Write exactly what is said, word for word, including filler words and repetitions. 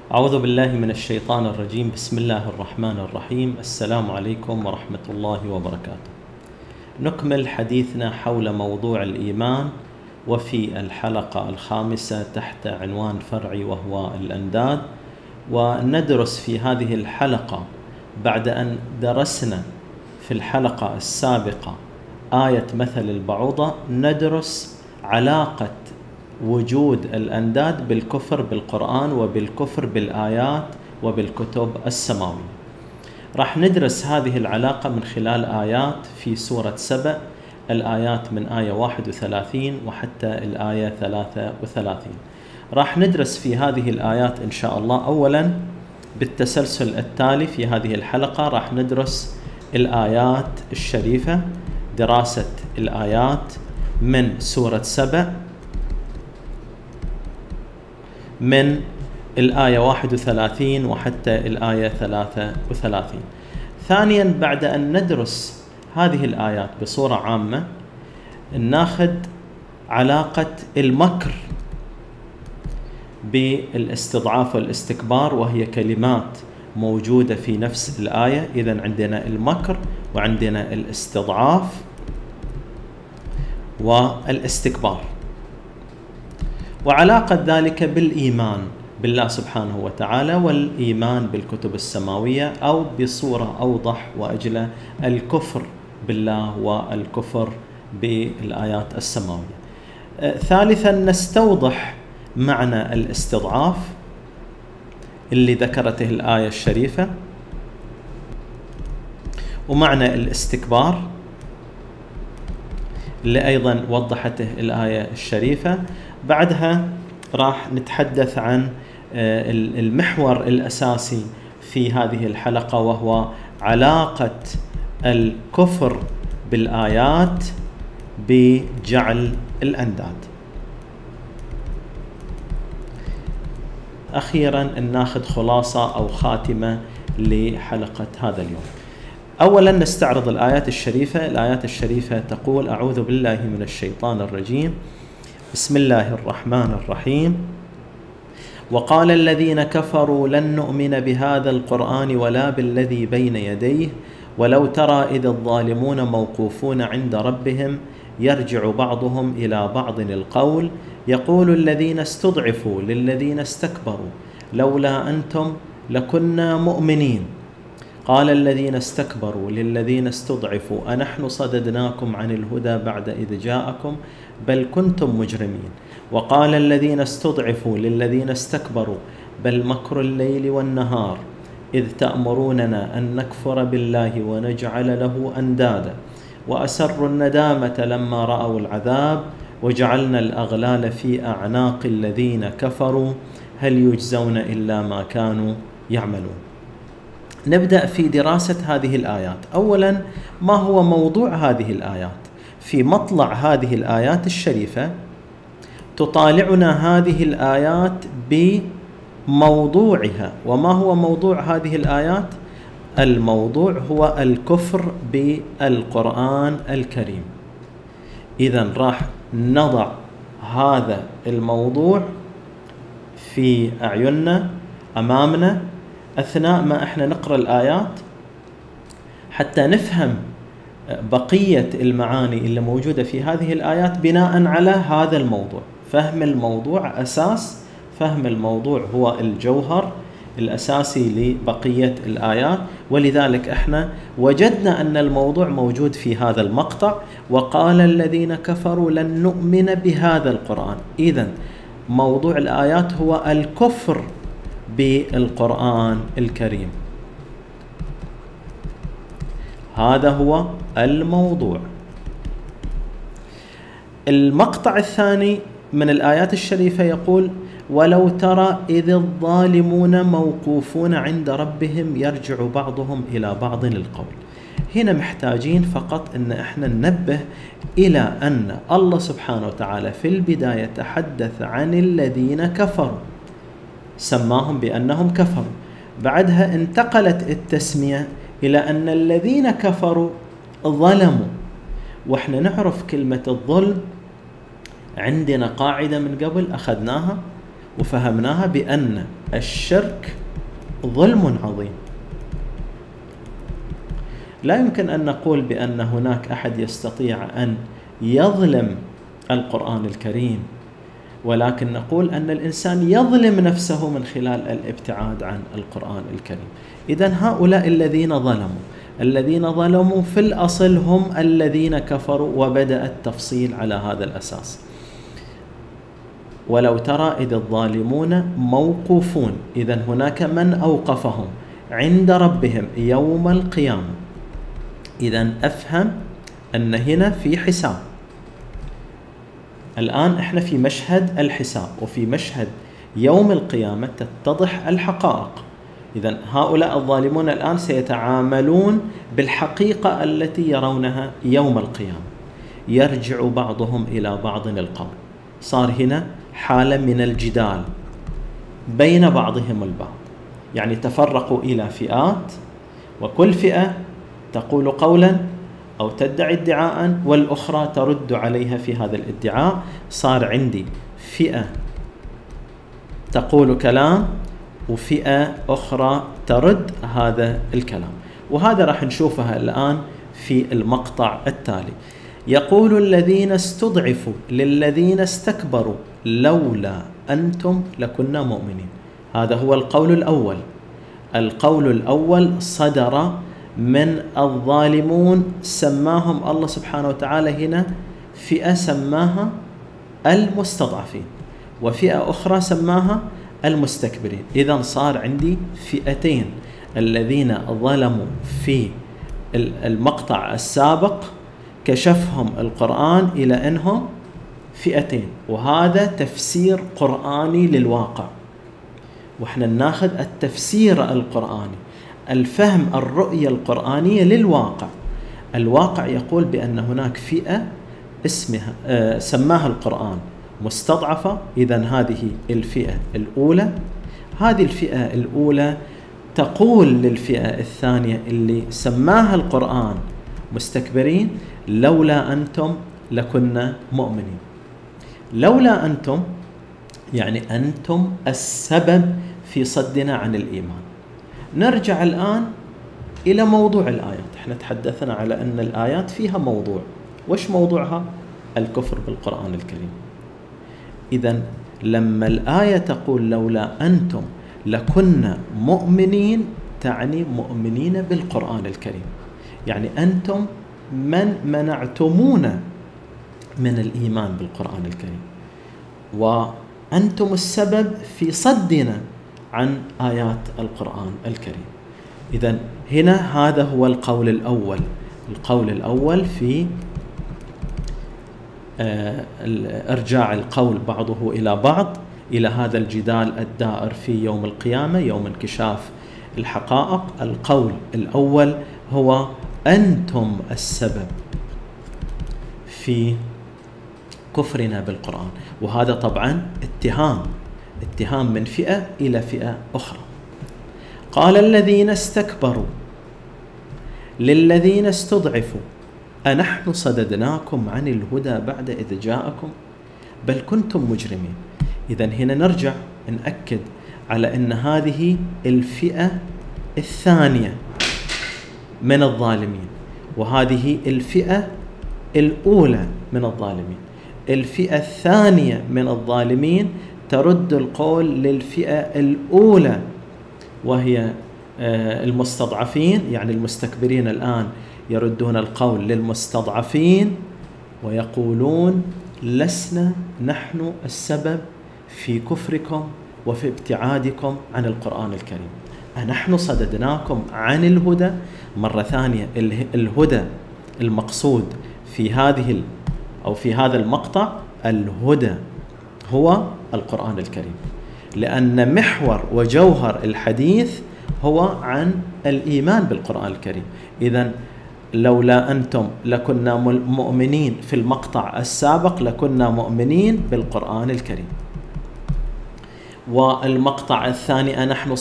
أعوذ بالله من الشيطان الرجيم. بسم الله الرحمن الرحيم. السلام عليكم ورحمة الله وبركاته. نكمل حديثنا حول موضوع الإيمان، وفي الحلقة الخامسة تحت عنوان فرعي وهو الأنداد. وندرس في هذه الحلقة بعد أن درسنا في الحلقة السابقة آية مثل البعوضة، ندرس علاقة وجود الأنداد بالكفر بالقرآن وبالكفر بالآيات وبالكتب السماوية. راح ندرس هذه العلاقة من خلال آيات في سورة سبأ، الآيات من آية واحد وثلاثين وحتى الآية ثلاثة وثلاثين. راح ندرس في هذه الآيات إن شاء الله أولا بالتسلسل التالي. في هذه الحلقة راح ندرس الآيات الشريفة، دراسة الآيات من سورة سبأ من الآية واحد وثلاثين وحتى الآية ثلاثة وثلاثين. ثانيا بعد أن ندرس هذه الآيات بصورة عامة، ناخذ علاقة المكر بالاستضعاف والاستكبار، وهي كلمات موجودة في نفس الآية. إذن عندنا المكر وعندنا الاستضعاف والاستكبار، وعلاقة ذلك بالإيمان بالله سبحانه وتعالى والإيمان بالكتب السماوية، أو بصورة أوضح وأجلى الكفر بالله والكفر بالآيات السماوية. ثالثا نستوضح معنى الاستضعاف اللي ذكرته الآية الشريفة، ومعنى الاستكبار اللي أيضا وضحته الآية الشريفة. بعدها راح نتحدث عن المحور الأساسي في هذه الحلقة، وهو علاقة الكفر بالآيات بجعل الأنداد. أخيرا ناخذ خلاصة أو خاتمة لحلقة هذا اليوم. أولا نستعرض الآيات الشريفة. الآيات الشريفة تقول: أعوذ بالله من الشيطان الرجيم، بسم الله الرحمن الرحيم. وقال الذين كفروا لن نؤمن بهذا القرآن ولا بالذي بين يديه ولو ترى إذ الظالمون موقوفون عند ربهم يرجع بعضهم إلى بعض القول يقول الذين استضعفوا للذين استكبروا لولا أنتم لكنا مؤمنين قال الذين استكبروا للذين استضعفوا أنحن صددناكم عن الهدى بعد إذ جاءكم بل كنتم مجرمين. وقال الذين استضعفوا للذين استكبروا بل مكر الليل والنهار إذ تأمروننا أن نكفر بالله ونجعل له أندادا وأسروا الندامة لما رأوا العذاب وجعلنا الأغلال في أعناق الذين كفروا هل يجزون إلا ما كانوا يعملون. نبدأ في دراسة هذه الآيات. أولا، ما هو موضوع هذه الآيات؟ في مطلع هذه الآيات الشريفة تطالعنا هذه الآيات بموضوعها. وما هو موضوع هذه الآيات؟ الموضوع هو الكفر بالقرآن الكريم. إذن راح نضع هذا الموضوع في أعيننا أمامنا أثناء ما إحنا نقرأ الآيات، حتى نفهم بقية المعاني اللي موجودة في هذه الآيات بناء على هذا الموضوع. فهم الموضوع أساس، فهم الموضوع هو الجوهر الأساسي لبقية الآيات. ولذلك إحنا وجدنا أن الموضوع موجود في هذا المقطع: وقال الذين كفروا لن نؤمن بهذا القرآن. إذن موضوع الآيات هو الكفر بالقرآن الكريم. هذا هو الموضوع. المقطع الثاني من الآيات الشريفة يقول: ولو ترى إذ الظالمون موقوفون عند ربهم يرجع بعضهم إلى بعض القول. هنا محتاجين فقط أن احنا ننبه إلى أن الله سبحانه وتعالى في البداية تحدث عن الذين كفروا، سماهم بأنهم كفروا. بعدها انتقلت التسمية إلى أن الذين كفروا ظلموا. وإحنا نعرف كلمة الظلم، عندنا قاعدة من قبل أخذناها وفهمناها بأن الشرك ظلم عظيم. لا يمكن أن نقول بأن هناك أحد يستطيع أن يظلم القرآن الكريم، ولكن نقول أن الإنسان يظلم نفسه من خلال الابتعاد عن القرآن الكريم. إذن هؤلاء الذين ظلموا الذين ظلموا في الأصل هم الذين كفروا، وبدأ التفصيل على هذا الأساس. ولو ترى إذ الظالمون موقوفون، إذن هناك من أوقفهم عند ربهم يوم القيامة. إذن أفهم أن هنا في حساب. الآن إحنا في مشهد الحساب، وفي مشهد يوم القيامة تتضح الحقائق. إذن هؤلاء الظالمون الآن سيتعاملون بالحقيقة التي يرونها يوم القيامة. يرجع بعضهم إلى بعض القول. صار هنا حالة من الجدال بين بعضهم البعض، يعني تفرقوا إلى فئات، وكل فئة تقول قولا أو تدعي ادعاء، والأخرى ترد عليها في هذا الادعاء. صار عندي فئة تقول كلام وفئة أخرى ترد هذا الكلام، وهذا راح نشوفها الآن في المقطع التالي. يقول الذين استضعفوا للذين استكبروا لولا أنتم لكنا مؤمنين. هذا هو القول الأول. القول الأول صدر من الظالمون، سماهم الله سبحانه وتعالى هنا فئة سماها المستضعفين، وفئة أخرى سماها المستكبرين. إذن صار عندي فئتين. الذين ظلموا في المقطع السابق كشفهم القرآن إلى أنهم فئتين، وهذا تفسير قرآني للواقع، وإحنا ناخذ التفسير القرآني، الفهم الرؤية القرآنية للواقع. الواقع يقول بأن هناك فئة اسمها آه سماها القرآن مستضعفة. إذن هذه الفئة الأولى. هذه الفئة الأولى تقول للفئة الثانية اللي سماها القرآن مستكبرين لولا أنتم لكنا مؤمنين. لولا أنتم يعني أنتم السبب في صدنا عن الإيمان. نرجع الآن إلى موضوع الآيات. احنا تحدثنا على أن الآيات فيها موضوع. وش موضوعها؟ الكفر بالقرآن الكريم. إذن لما الآية تقول لولا أنتم لكنا مؤمنين، تعني مؤمنين بالقرآن الكريم، يعني أنتم من منعتمونا من الإيمان بالقرآن الكريم، وأنتم السبب في صدنا عن آيات القرآن الكريم. إذن هنا هذا هو القول الأول. القول الأول في إرجاع القول بعضه إلى بعض إلى هذا الجدال الدائر في يوم القيامة، يوم انكشاف الحقائق. القول الأول هو أنتم السبب في كفرنا بالقرآن، وهذا طبعا اتهام اتهام من فئة إلى فئة أخرى. قال الذين استكبروا للذين استضعفوا أنحن صددناكم عن الهدى بعد إذ جاءكم بل كنتم مجرمين. إذن هنا نرجع نأكد على أن هذه الفئة الثانية من الظالمين، وهذه الفئة الأولى من الظالمين. الفئة الثانية من الظالمين ترد القول للفئة الأولى وهي المستضعفين، يعني المستكبرين الآن يردون القول للمستضعفين ويقولون لسنا نحن السبب في كفركم وفي ابتعادكم عن القرآن الكريم. نحن صددناكم عن الهدى. مرة ثانية الهدى المقصود في هذه أو في هذا المقطع، الهدى هو القرآن الكريم، لأن محور وجوهر الحديث هو عن الإيمان بالقرآن الكريم. إذن لولا أنتم لكنا مؤمنين في المقطع السابق، لكنا مؤمنين بالقرآن الكريم. والمقطع الثاني نحن